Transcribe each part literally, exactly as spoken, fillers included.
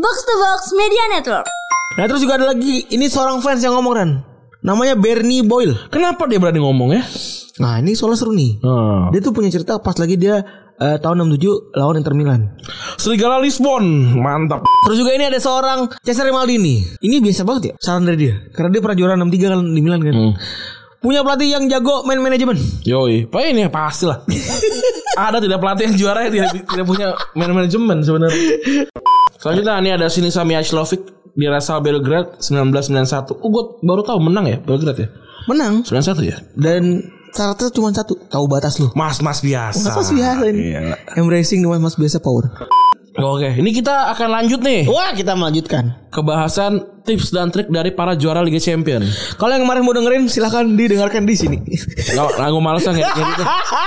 Box to Box Media Network. Nah terus juga ada lagi, ini seorang fans yang ngomong Ran, namanya Bernie Boyle. Kenapa dia berani ngomong ya? Nah ini soalnya seru nih. hmm. Dia tuh punya cerita pas lagi dia uh, tahun enam puluh tujuh lawan Inter Milan, Serigala Lisbon. Mantap. Terus juga ini ada seorang Cesare Maldini. Ini biasa banget ya saran dari dia, karena dia pernah juara enam tiga kan di Milan kan. hmm. Punya pelatih yang jago main manajemen. Yoi, apa ini pastilah. Ada tidak pelatih yang juara yang tidak, tidak punya main manajemen sebenarnya. Selanjutnya ini ada Sinisa Mihajlovic di Real Belgrade sembilan belas sembilan puluh satu. Oh gue baru tahu menang ya Belgrade ya. Menang sembilan puluh satu ya. Dan syaratnya cuma satu, tahu batas lu. Mas-mas biasa. Mas-mas biasa ini. Iya. Embracing dengan mas biasa power. Oke, ini kita akan lanjut nih. Wah, kita melanjutkan kebahasan tips dan trik dari para juara Liga Champions. Kalau yang kemarin mau dengerin silahkan didengarkan di sini. Nggak, gue malesan ya. Gitu.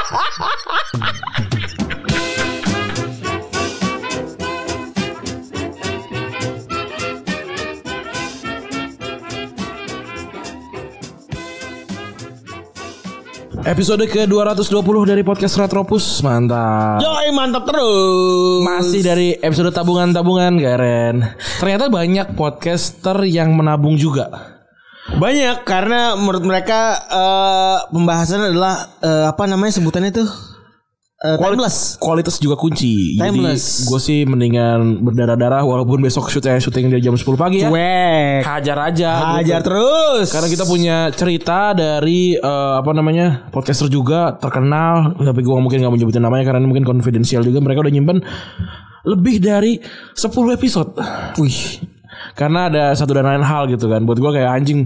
Episode ke dua ratus dua puluh dari podcast Retropus. Mantap. Yoi, mantap terus. Masih dari episode tabungan-tabungan Garen. Ternyata banyak podcaster yang menabung juga. Banyak, karena menurut mereka uh, pembahasan adalah uh, apa namanya sebutannya tuh uh, timeless. Kualitas juga kunci. Timeless. Jadi gue sih mendingan berdarah-darah walaupun besok syuting syuting dari jam sepuluh pagi ya. Cuek. Hajar aja. Hajar gitu. terus. Karena kita punya cerita dari uh, apa namanya podcaster juga terkenal. Tapi gue mungkin gak mau nyebutin namanya karena mungkin konfidensial juga. Mereka udah nyimpen lebih dari sepuluh episode. Wih. Karena ada satu dan lain hal gitu kan. Buat gue kayak anjing,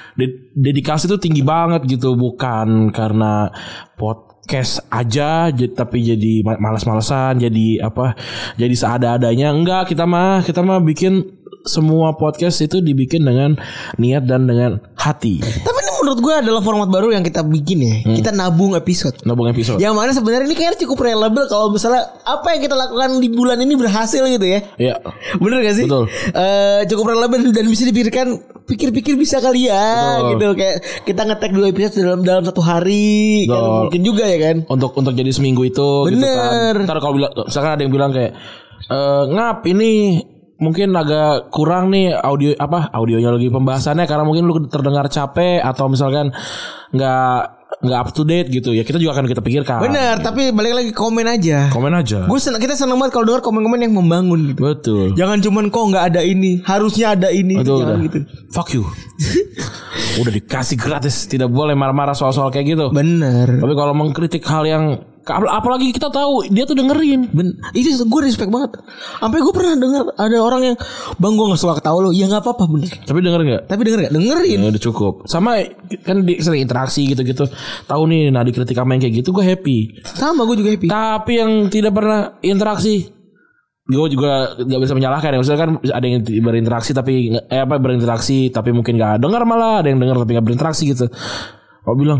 dedikasi tuh tinggi banget gitu. Bukan karena podcast aja tapi jadi malas-malesan, jadi apa, jadi seada-adanya. Enggak, kita mah kita mah bikin semua podcast itu dibikin dengan niat dan dengan hati. Tapi ini menurut gue adalah format baru yang kita bikin ya. hmm. Kita nabung episode. Nabung episode. Yang mana sebenarnya ini kayaknya cukup reliable kalau misalnya apa yang kita lakukan di bulan ini berhasil gitu ya. Iya. Bener gak sih? Betul. Uh, cukup reliable dan bisa dipikirkan, pikir-pikir bisa kali ya. Betul. Gitu kayak kita nge-tag dua episode dalam dalam satu hari. Kan mungkin juga ya kan. Untuk untuk jadi seminggu itu. Bener. Gitu kan. Ntar kalau bilang, misalkan ada yang bilang kayak e, ngap ini mungkin agak kurang nih audio apa audionya lagi pembahasannya karena mungkin lu terdengar capek atau misalkan nggak nggak up to date gitu ya, kita juga akan kita pikirkan. Benar, gitu. Tapi balik lagi komen aja. Komen aja. Gue sen- kita senang banget kalau dengar komen-komen yang membangun gitu. Betul. Jangan cuman kok nggak ada ini, harusnya ada ini. Betul, jangan gitu. Fuck you. Udah dikasih gratis, tidak boleh marah-marah soal-soal kayak gitu. Bener. Tapi kalau mengkritik hal yang apalagi kita tahu dia tuh dengerin. Ben, itu gue respect banget. Sampai gue pernah dengar ada orang yang, bang gue nggak suka ketawa lo. Ya nggak apa-apa bener. Tapi denger nggak? Tapi denger nggak? Dengerin. Ya udah cukup. Sama kan di, sering interaksi gitu-gitu. Tahu nih, nah dikritik sama yang kayak gitu gue happy. Sama gue juga happy. Tapi yang tidak pernah interaksi, gue juga nggak bisa menyalahkan ya. Maksudnya kan ada yang berinteraksi tapi eh apa berinteraksi tapi mungkin nggak dengar, malah ada yang dengar tapi nggak berinteraksi gitu. Gue bilang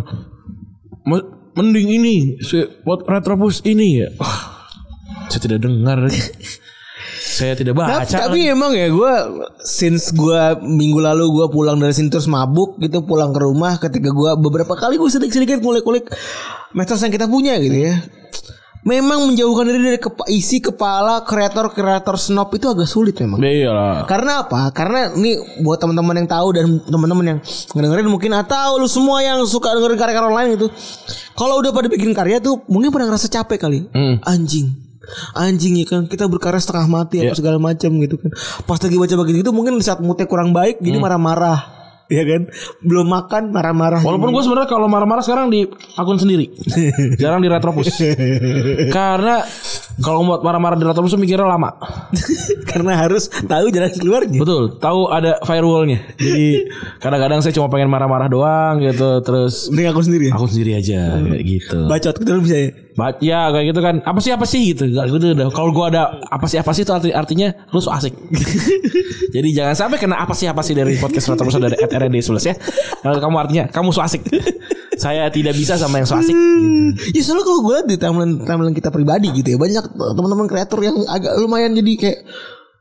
mending ini buat Retropus ini ya. Oh, saya tidak dengar. Saya tidak baca. Tapi, tapi emang ya gue, since gue minggu lalu gue pulang dari sini terus mabuk gitu, pulang ke rumah, ketika gue beberapa kali gue sedikit-sedikit ngulik-ngulik medsos yang kita punya gitu ya. Memang menjauhkan diri dari kepa- isi kepala kreator-kreator snob itu agak sulit memang. Iyalah. Karena apa? Karena ini buat teman-teman yang tahu dan teman-teman yang ngedengerin mungkin atau lu semua yang suka dengerin karya-karya online gitu. Kalau udah pada bikin karya tuh mungkin pada ngerasa capek kali. Hmm. Anjing. Anjing ya kan, kita berkarya setengah mati yeah. apa segala macam gitu kan. Pas lagi baca begitu gitu mungkin saat moodnya kurang baik jadi hmm. marah-marah. Ya kan, belum makan marah-marah. Walaupun gue sebenarnya kalau marah-marah sekarang di akun sendiri, jarang di Retropus. Karena kalau buat marah-marah di Retropus mikirnya lama. Karena harus tahu jalan keluarnya. Betul, tahu ada firewallnya. Jadi kadang-kadang saya cuma pengen marah-marah doang gitu, terus di akun sendiri. Akun sendiri aja, hmm. kayak gitu. Bacot gitu bisa ya. Baca ya kayak gitu kan. Apa sih apa sih gitu. Gak gitu udah. Kalau gue ada apa sih apa sih itu arti, artinya lu so asik. Jadi jangan sampai kena apa sih apa sih dari podcast Retropus dari at R D sebelas ya. Kalau kamu artinya kamu so asik. Saya tidak bisa sama yang so asik gitu. Ya soalnya kalau gue lihat di timeline timeline kita pribadi gitu ya, banyak teman-teman kreator yang agak lumayan jadi kayak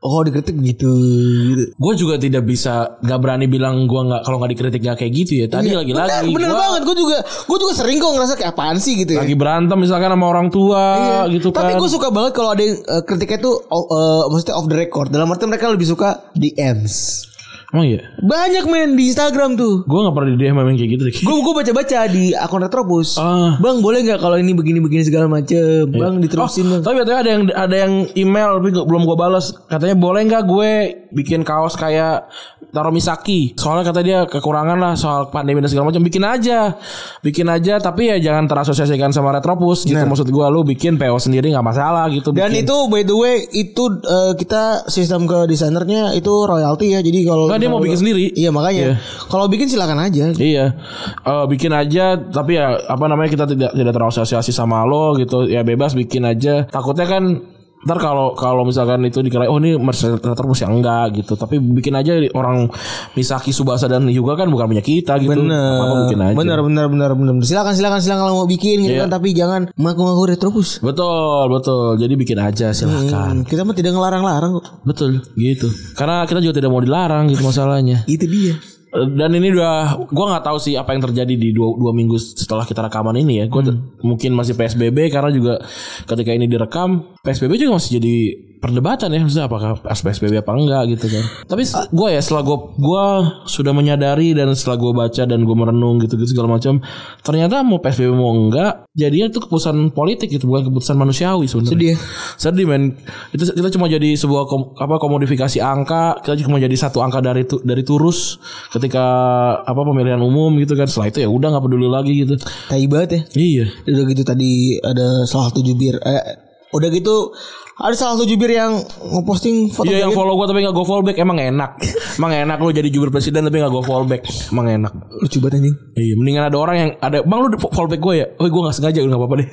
oh dikritik gitu. Gue juga tidak bisa, nggak berani bilang gue nggak kalau nggak dikritik nggak kayak gitu ya. Tadi iya, lagi-lagi. Bener, bener gua, banget. Gue juga, gue juga sering kok ngerasa kayak apaan sih gitu. Ya. Lagi berantem misalkan sama orang tua iya. gitu kan. Tapi gue suka banget kalau ada yang uh, kritiknya tuh, uh, maksudnya off the record. Dalam arti mereka lebih suka D Ms. Oh iya. Banyak men di Instagram tuh. Gue gak pernah di D M yang kayak gitu deh. Gue gue baca-baca di akun Retropus. Ah. Bang boleh gak kalau ini begini-begini segala macem. Iya. Bang diterusin. Oh, tapi ada yang ada yang email tapi belum gue balas. Katanya boleh gak gue bikin kaos kayak Taro Misaki. Soalnya kata dia kekurangan lah soal pandemi dan segala macam. Bikin aja. Bikin aja tapi ya jangan terasosiasikan sama Retropus gitu. Nah. Maksud gue lu bikin P O sendiri gak masalah gitu. Dan bikin. itu by the way itu uh, kita sistem ke desainernya itu royalty ya. Jadi kalau dia mau bikin sendiri. Iya makanya. Yeah. Kalau bikin silakan aja. Iya. Uh, bikin aja tapi ya apa namanya kita tidak tidak terasosiasi sama lo gitu. Ya bebas bikin aja. Takutnya kan ntar kalau kalau misalkan itu dikira oh ini Retropus ya enggak gitu. Tapi bikin aja orang Misaki Subasa dan juga kan bukan punya kita gitu. Bener. Apa bikin aja. Bener bener bener bener. Silakan silakan silakan kalau mau bikin gitu yeah. kan tapi jangan ngaku-ngaku Retropus. Betul betul. Jadi bikin aja silakan. Hmm, kita mah tidak ngelarang-larang kok. Betul gitu. Karena kita juga tidak mau dilarang gitu masalahnya. Itu dia. Dan ini udah gue nggak tahu sih apa yang terjadi di dua, dua minggu setelah kita rekaman ini ya. Gue hmm. mungkin masih P S B B karena juga ketika ini direkam P S B B juga masih jadi perdebatan ya, maksudnya apakah P S B B apa enggak gitu kan. Tapi gue ya setelah gue gue sudah menyadari dan setelah gue baca dan gue merenung gitu gitu segala macam, ternyata mau P S B B mau enggak jadinya itu keputusan politik gitu, bukan keputusan manusiawi sebenarnya. Sedih. Sedih men. Itu kita cuma jadi sebuah kom, apa komodifikasi angka, kita cuma jadi satu angka dari tu, dari turus ketika apa pemilihan umum gitu kan. Setelah itu ya udah nggak peduli lagi gitu. Tai banget ya. Iya. Udah gitu tadi ada salah satu jubir eh, udah gitu ada salah satu jubir yang ngeposting foto. Iya yang follow gue tapi gak go follow back. Emang enak. Emang enak lu jadi jubir presiden tapi gak go follow back. Emang enak. Lucu banget anjing. Iya mendingan ada orang yang ada, bang lu follow back gue ya. Oh gue gak sengaja, gak apa-apa deh.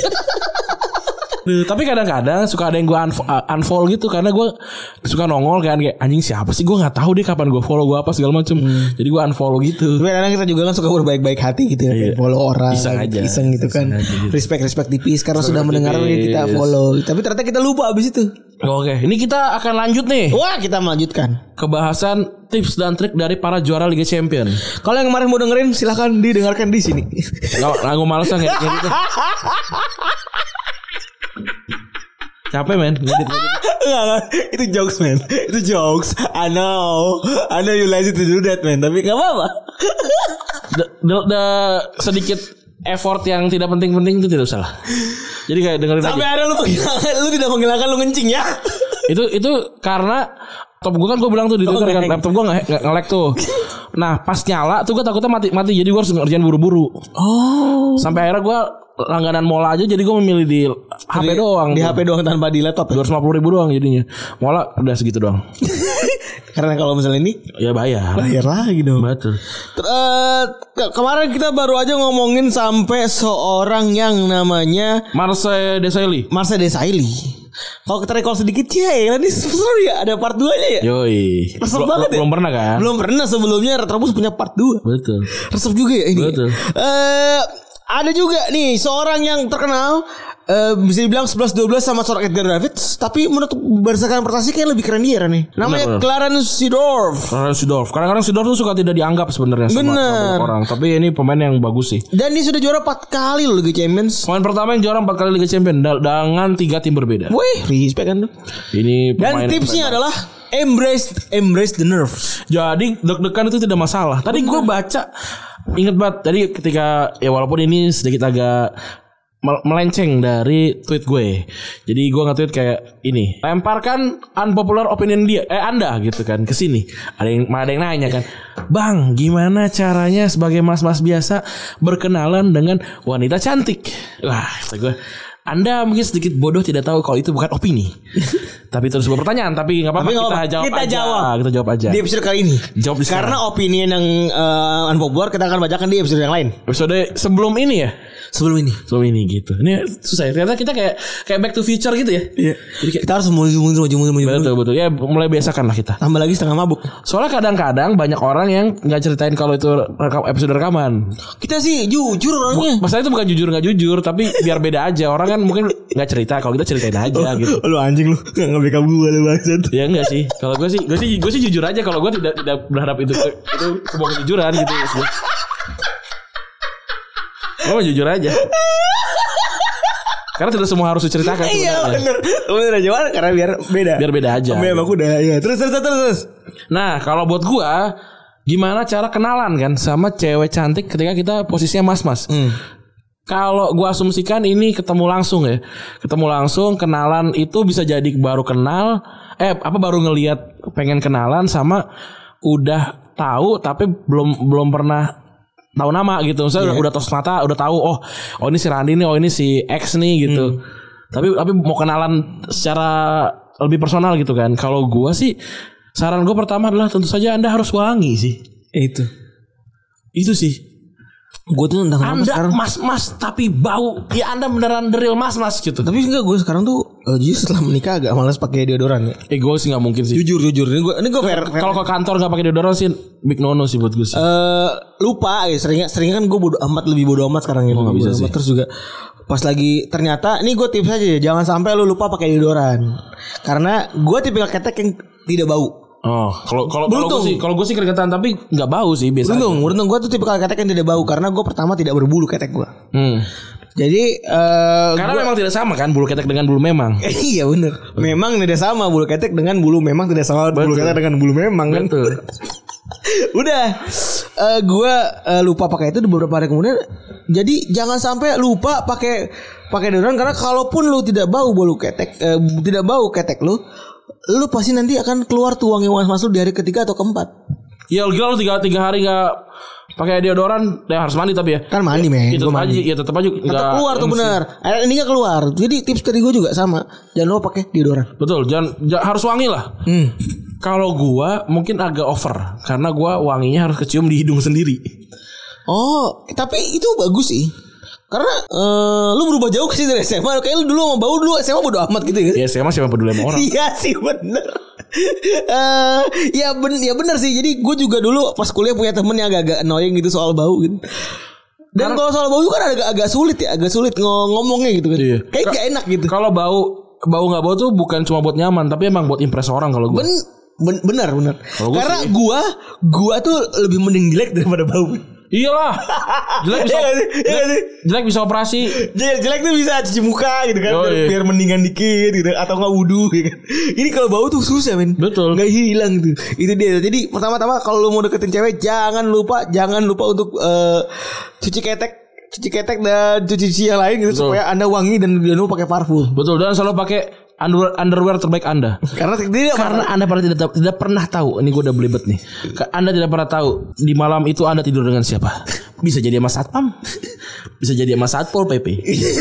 Tapi kadang-kadang suka ada yang gue unfollow, unfollow gitu karena gue suka nongol kan kayak anjing siapa sih, gue nggak tahu deh kapan gue follow gue apa segala macem. Hmm. Jadi gue unfollow gitu. Tapi kadang kita juga kan suka berbaik-baik hati gitu ya, iya. Follow orang iseng aja, iseng gitu kan, gitu. respect respect tipis karena sudah mendengar kita follow. Tapi ternyata kita lupa abis itu. Oke, ini kita akan lanjut nih. Wah, kita melanjutkan kebahasan tips dan trik dari para juara Liga Champion. Kalau yang kemarin mau dengerin silahkan didengarkan di sini. Nggak, gue males lah ngedit gitu. Capek men. Ngedit, ngedit. Enggak, itu jokes men. Itu jokes. I know. I know you lazy to do that men. Tapi gak apa-apa. the, the, the sedikit effort yang tidak penting-penting itu tidak usah lah. Jadi kayak dengerin sampai aja. Sampai ada lu menghilangkan, lu tidak menghilangkan lu ngencing ya. Itu itu karena laptop gue kan gue bilang tuh di Twitter kan laptop gue nge nge-lag tuh. Nah pas nyala tuh gue takutnya mati mati jadi gue harus ngerjain buru-buru. Oh. Sampai akhirnya gue langganan Mola aja, jadi gue memilih di H P di, doang. Di tuh. H P doang tanpa di laptop. Dua ratus lima puluh ribu doang jadinya. Mola udah segitu doang. Karena kalau misalnya ini ya bayar. Bayar lagi dong. Betul. Uh, ke- kemarin kita baru aja ngomongin sampai seorang yang namanya Marseille Desailly. Marseille Desailly. Kalau kita recall sedikit ya, ini seru ya, ada part dua nya ya. Yoi. Resep banget ya. Belum pernah kan? Belum pernah sebelumnya Retropus punya part dua. Betul. Resep juga ya ini. Betul. Eh ada juga nih seorang yang terkenal, uh, bisa dibilang sebelas dua belas sama seorang Edgar Davids, tapi menurut berdasarkan prestasi kayak lebih keren dia nih. Namanya bener, Clarence Seedorf. Clarence Seedorf. Kadang-kadang Seedorf tuh suka tidak dianggap sebenarnya sama, sama orang, tapi ini pemain yang bagus sih. Dan dia sudah juara empat kali loh Liga Champions. Pemain pertama yang juara empat kali Liga Champions dengan tiga tim berbeda. Wih, respect kan tuh. Ini dan tipsnya adalah embrace embrace the nerves. Jadi deg-degan itu tidak masalah. Tadi gue baca, inget banget tadi ketika ya walaupun ini sedikit agak melenceng dari tweet gue. Jadi gue nge-tweet kayak ini, lemparkan unpopular opinion dia eh Anda gitu kan ke sini. Ada yang ada yang nanya kan, "Bang, gimana caranya sebagai mas-mas biasa berkenalan dengan wanita cantik?" Wah, kata gue, Anda mungkin sedikit bodoh tidak tahu kalau itu bukan opini. Tapi itu sebuah pertanyaan, tapi enggak apa-apa, kita jawab kita aja. Jawab. Kita jawab aja. Di episode kali ini. Jawab di karena opini yang uh, unpopular kita akan bacakan di episode yang lain. Episode sebelum ini ya? Sebelum ini. Sebelum ini gitu. Ini susah ya. Ternyata kita kayak kayak back to future gitu ya. Iya. Jadi kayak, kita harus mundur mundur mundur mundur. Betul betul. Ya mulai biasakan lah kita. Tambah lagi setengah mabuk. Soalnya kadang-kadang banyak orang yang enggak ceritain kalau itu rekam episode rekaman. Kita sih jujur orangnya. Masalah itu bukan jujur enggak jujur, tapi biar beda aja. Orang kan mungkin enggak cerita, kalau kita ceritain aja oh, gitu. Lu anjing lu. Enggak nge-backup gue lu maksud. Ya enggak sih. Kalau gue sih, gue sih, gue sih jujur aja. Kalau gue tidak tidak berharap itu itu sebuah kejujuran gitu. Gue mau jujur aja. Karena tidak semua harus diceritakan. Iya bener. Bener aja karena biar beda. Biar beda aja. Biar aku udah ya. Terus terus terus terus. Nah kalau buat gue, gimana cara kenalan kan sama cewek cantik ketika kita posisinya mas-mas. Hmm. Kalau gue asumsikan ini ketemu langsung ya. Ketemu langsung, kenalan itu bisa jadi baru kenal. Eh apa baru ngelihat pengen kenalan sama udah tahu tapi belum belum pernah tahu nama gitu. Misalnya yeah. udah tahu mata, udah tahu oh oh ini si Randi nih, oh ini si X nih gitu. Hmm. Tapi tapi mau kenalan secara lebih personal gitu kan. Kalau gue sih saran gue pertama adalah tentu saja Anda harus wangi sih. Itu. Itu sih. Gue tuh entah kenapa sekarang mas-mas tapi bau. Ya Anda beneran the real mas-mas gitu. Tapi enggak, gue sekarang tuh uh, jadi setelah menikah agak malas pakai deodoran ya. Eh gue sih gak mungkin sih. Jujur jujur ini gue ini gue fair. Kalau ke kantor gak pakai deodoran sih big no no sih buat gue sih. Uh, lupa ya seringnya seringnya kan gue bodo amat lebih bodo amat sekarang ya. Oh, bisa sih. Terus juga pas lagi ternyata ini gue tips aja ya, jangan sampai lu lupa pakai deodoran. Karena gue tipikal ketek yang tidak bau. Oh, kalau kalau kalau gue sih kalau gue sih keringetan tapi nggak bau sih biasa. Beruntung, beruntung gue tuh tipe ketek yang tidak bau karena gue pertama tidak berbulu ketek gue. Hmm. Jadi uh, karena gua, memang tidak sama kan bulu ketek dengan bulu memang. Iya benar. Memang tidak sama bulu ketek dengan bulu memang tidak sama Betul. Bulu ketek dengan bulu memang kan. Betul. Udah, uh, gue uh, lupa pakai itu beberapa hari kemudian. Jadi jangan sampai lupa pakai pakai deodoran karena kalaupun lu tidak bau bulu ketek, uh, tidak bau ketek lu. Lu pasti nanti akan keluar tuh wangi wangi masuk di hari ketiga atau keempat. Ya gila lu tiga tiga hari nggak pakai deodoran, ya harus mandi tapi ya. Kan mandi men. Itu aja, ya tetap aja nggak keluar tuh benar. Air ini nggak keluar. Jadi tips dari gue juga sama. Jangan lupa pakai deodoran. Betul, jangan, jangan harus wangi lah. Hmm. Kalau gua mungkin agak over karena gua wanginya harus kecium di hidung sendiri. Oh, tapi itu bagus sih. Karena uh, lu berubah jauh sih dari S M A. Kayak lu dulu sama bau dulu S M A bodo amat gitu ya. Iya S M A siapa peduli sama orang. Iya sih bener. uh, ya ben ya bener sih. Jadi gue juga dulu pas kuliah punya temen yang agak-agak annoying gitu soal bau gitu. Dan kalau soal bau kan agak agak sulit ya, agak sulit ng- ngomongnya gitu kan. Iya. Kayak gak enak gitu. Kalau bau bau nggak bau tuh bukan cuma buat nyaman, tapi emang buat impress orang kalau gue. Ben, ben, benar benar. Karena gue gue tuh lebih mending jelek daripada bau. Iyalah. Jelek bisa jelek, jelek, jelek bisa operasi. Jelek, jelek tuh bisa cuci muka gitu kan. Oh, iya. Biar mendingan dikit gitu atau enggak wudu gitu kan. Ini kalau bau tuh susah men. Betul. Enggak hilang tuh. Itu dia. Jadi pertama-tama kalau lu mau deketin cewek jangan lupa jangan lupa untuk uh, cuci ketek, cuci ketek dan cuci yang lain gitu. Betul. Supaya Anda wangi dan jangan lupa pakai parfum. Betul, dan selalu pakai underwear, underwear terbaik Anda. Karena tidak karena Anda pernah tidak tidak pernah tahu. Ini gue udah belibet nih. Anda tidak pernah tahu di malam itu Anda tidur dengan siapa. Bisa jadi sama satpam, bisa jadi sama satpol P P,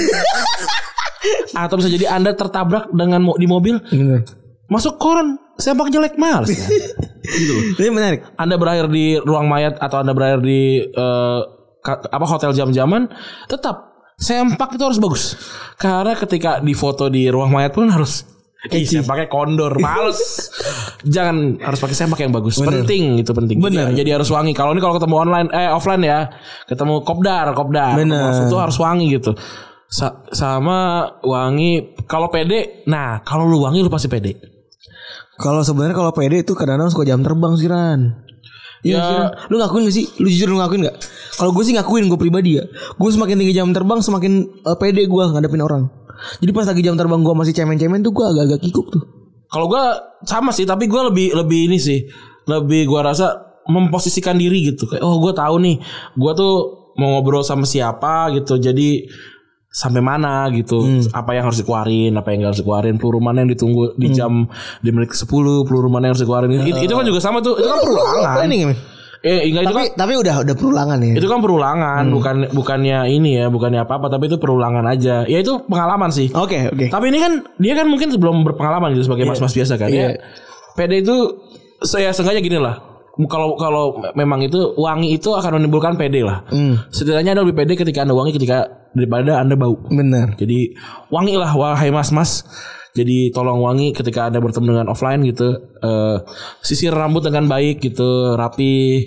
atau bisa jadi Anda tertabrak dengan mo- di mobil. Bener. Masuk koran sepak jelek males ya. Gitu loh. Ini menarik. Anda berakhir di ruang mayat atau Anda berakhir di uh, ka- apa hotel jam-jaman, tetap sempak itu harus bagus. Karena ketika di foto di ruang mayat pun harus ih sempaknya kondor, males. Jangan, harus pakai sempak yang bagus. Bener. Penting, itu penting. Bener. Jadi, jadi harus wangi. Kalau ini kalau ketemu online eh offline ya, ketemu kopdar, kopdar. Bener. Itu harus wangi gitu. Sa- sama wangi kalau pede. Nah, kalau lu wangi lu pasti pede. Kalau sebenarnya kalau pede itu kadang-kadang suka jam terbang sih Ran. Iya, ya, lu ngakuin gak sih? Lu jujur lu ngakuin gak? Kalau gue sih ngakuin, gue pribadi ya. Gue semakin tinggi jam terbang semakin uh, pede gue ngadepin orang. Jadi pas lagi jam terbang gue masih cemen-cemen tuh gue agak-agak kikuk tuh. Kalau gue sama sih, tapi gue lebih lebih ini sih, lebih gue rasa memposisikan diri gitu. Kayak oh gue tahu nih, gue tuh mau ngobrol sama siapa gitu. Jadi sampai mana gitu, hmm. apa yang harus dikeluarin, apa yang gak harus dikeluarin, peluru mana yang ditunggu di jam hmm. di menit sepuluh, peluru mana yang harus dikeluarin. Uh, itu, itu kan juga sama tuh, itu kan perulangan. Ini Eh, enggak, tapi, itu kan, tapi udah udah perulangan ya. Itu kan perulangan, hmm. bukan bukannya ini ya, bukannya apa-apa, tapi itu perulangan aja. Ya itu pengalaman sih. Oke, okay, oke. Okay. Tapi ini kan dia kan mungkin sebelum berpengalaman gitu sebagai yeah. mas-mas biasa kan. Yeah. Ya. P D itu saya sengaja gini lah. Kalau kalau memang itu wangi itu akan menimbulkan P D lah. Hmm. Setidaknya Anda lebih pede ketika Anda wangi ketika daripada Anda bau. Benar. Jadi wangilah wahai mas-mas. Jadi tolong wangi ketika Anda bertemu dengan offline gitu. Uh, sisir rambut dengan baik gitu, rapi.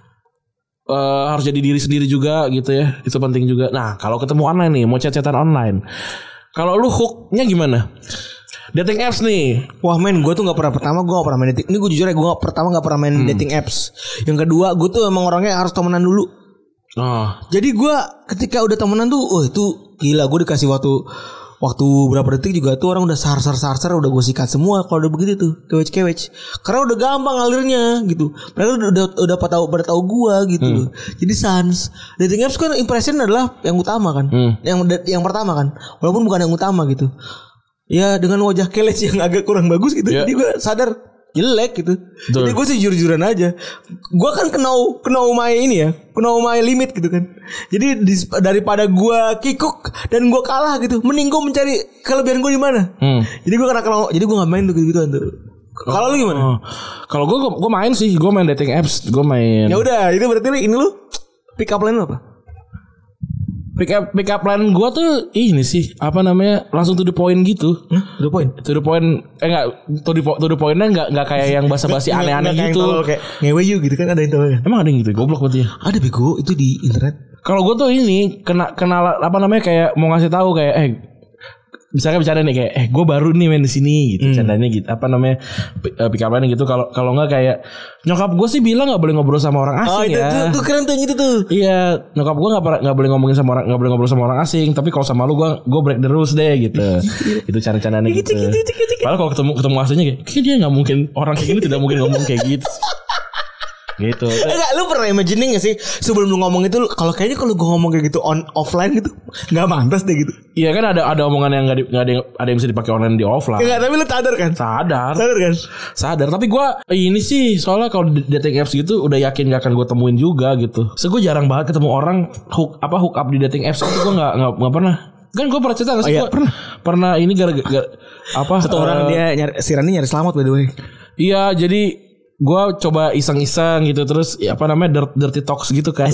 Uh, harus jadi diri sendiri juga gitu ya. Itu penting juga. Nah, kalau ketemu online nih, mau chat-chatan online. Kalau lu hooknya gimana? Dating apps nih. Wah men, gue tuh gak pernah. Pertama gue gak pernah main dating. Ini gue jujur ya, gue gak, pertama gak pernah main hmm. dating apps. Yang kedua, gue tuh emang orangnya harus temenan dulu. Oh. Jadi gue ketika udah temenan tuh, oh itu gila, gue dikasih waktu waktu berapa detik juga tuh orang udah sar-sar-sar-sar, udah gue sikat semua kalau udah begitu tuh, kewec-kewec. Karena udah gampang alirnya gitu. Mereka udah udah, udah pada tahu pada tahu gue gitu hmm. loh. Jadi sans dating apps kan impression adalah yang utama kan, hmm. yang yang pertama kan, walaupun bukan yang utama gitu. Ya dengan wajah keles yang agak kurang bagus gitu, yeah. Jadi gue sadar jelek gitu. Betul. Jadi gue sih jujur-jujuran aja. Gue kan kenau kenau my ini ya, kenau my limit gitu kan. Jadi di, daripada gue kikuk dan gue kalah gitu, mending gue mencari kelebihan gue di mana. Hmm. Jadi gue karena kenau, jadi gue nggak main tuh gitu gitu. Kalau lu gimana? Oh. Kalau gue gue main sih, gue main dating apps, gue main. Ya udah, itu berarti ini lu pick up line lu apa? Pick up pick up line gue tuh ini sih apa namanya langsung to the point gitu. Hmm? To the point. To the point. Eh enggak to the, to the pointnya enggak enggak kayak yang basa-basi aneh-aneh gitu. Kayak, kayak ngewe you gitu kan, ada yang tahu kan? Emang ada yang gitu. Goblok berarti ya. Ada bego itu di internet. Kalau gue tuh ini kena kenal apa namanya kayak mau ngasih tahu kayak eh misalnya bercanda nih kayak eh gue baru nih main di sini gitu, hmm. Candanya gitu apa namanya pick up line gitu. Kalau kalau nggak kayak nyokap gue sih bilang nggak boleh ngobrol sama orang asing. Oh itu ya. tuh, tuh keren tuh gitu tuh. Iya nyokap gue nggak nggak boleh ngomongin sama orang, nggak boleh ngobrol sama orang asing. Tapi kalau sama lu gue gue break the rules deh gitu. Itu cara-caranya gitu. Padahal kalau ketemu ketemu aslinya kayak kayak dia nggak mungkin, orang kayak gini tidak mungkin ngomong kayak gitu. Gitu. Enggak, lu pernah imagining gak sih sebelum lu ngomong itu, kalau kayaknya kalau gue ngomong kayak gitu on offline gitu nggak mantas deh gitu. Iya kan ada ada omongan yang nggak ada ada yang bisa dipakai online di offline. Enggak, tapi lu sadar kan? Sadar. Sadar kan? Sadar. Tapi gue ini sih soalnya kalau dating apps gitu udah yakin gak akan gue temuin juga gitu. So gue jarang banget ketemu orang hook apa hook up di dating apps itu, gue nggak nggak nggak pernah. Kan gue pernah cerita gak sih? Oh, iya. Gue pernah pernah ini gara-gara apa? Satu uh, orang dia nyari, si Rani nyari selamat by the way. Iya jadi gue coba iseng-iseng gitu terus ya apa namanya dirty talks gitu kan.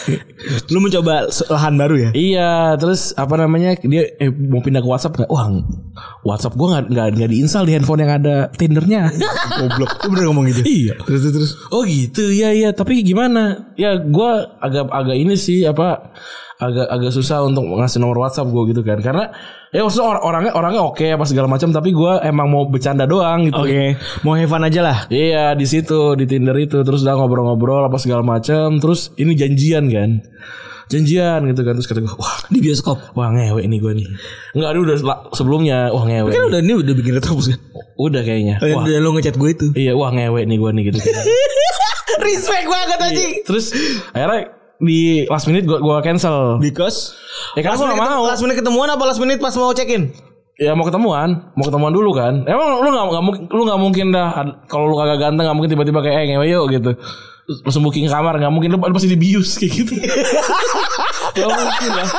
Lu mencoba lahan baru ya? Iya terus apa namanya dia eh, mau pindah ke WhatsApp nggak? Wah WhatsApp gue nggak nggak nggak diinstal di handphone yang ada Tindernya. Goblok. Lu bener ngomong gitu? Iya. Terus terus. Oh gitu ya ya tapi gimana? Ya gue agak agak ini sih apa agak agak susah untuk ngasih nomor WhatsApp gue gitu kan karena ya maksudnya or- orangnya orangnya oke okay, apa segala macam tapi gue emang mau bercanda doang gitu. Oke. Okay. Mau have fun aja lah. Iya di situ di Tinder itu terus udah ngobrol-ngobrol apa segala macam terus ini janjian kan. Janjian gitu kan terus kata gue wah di bioskop wah ngewe ini gue nih nggak ada udah sebelumnya wah ngewe kan udah ini udah bikin retropus kan udah kayaknya wah udah lo ngechat gue itu iya wah ngewe nih gue nih gitu respect banget anjing terus akhirnya di last minute gue gue cancel because ya karena gue nggak mau last minute ketemuan apa last minute pas mau check in ya mau ketemuan mau ketemuan dulu kan emang lu nggak nggak mungkin lu nggak mungkin dah kalau lu kagak ganteng nggak mungkin tiba-tiba kayak eh ngewe yuk gitu langsung booking kamar nggak mungkin lu pasti dibius kayak gitu nggak mungkin lah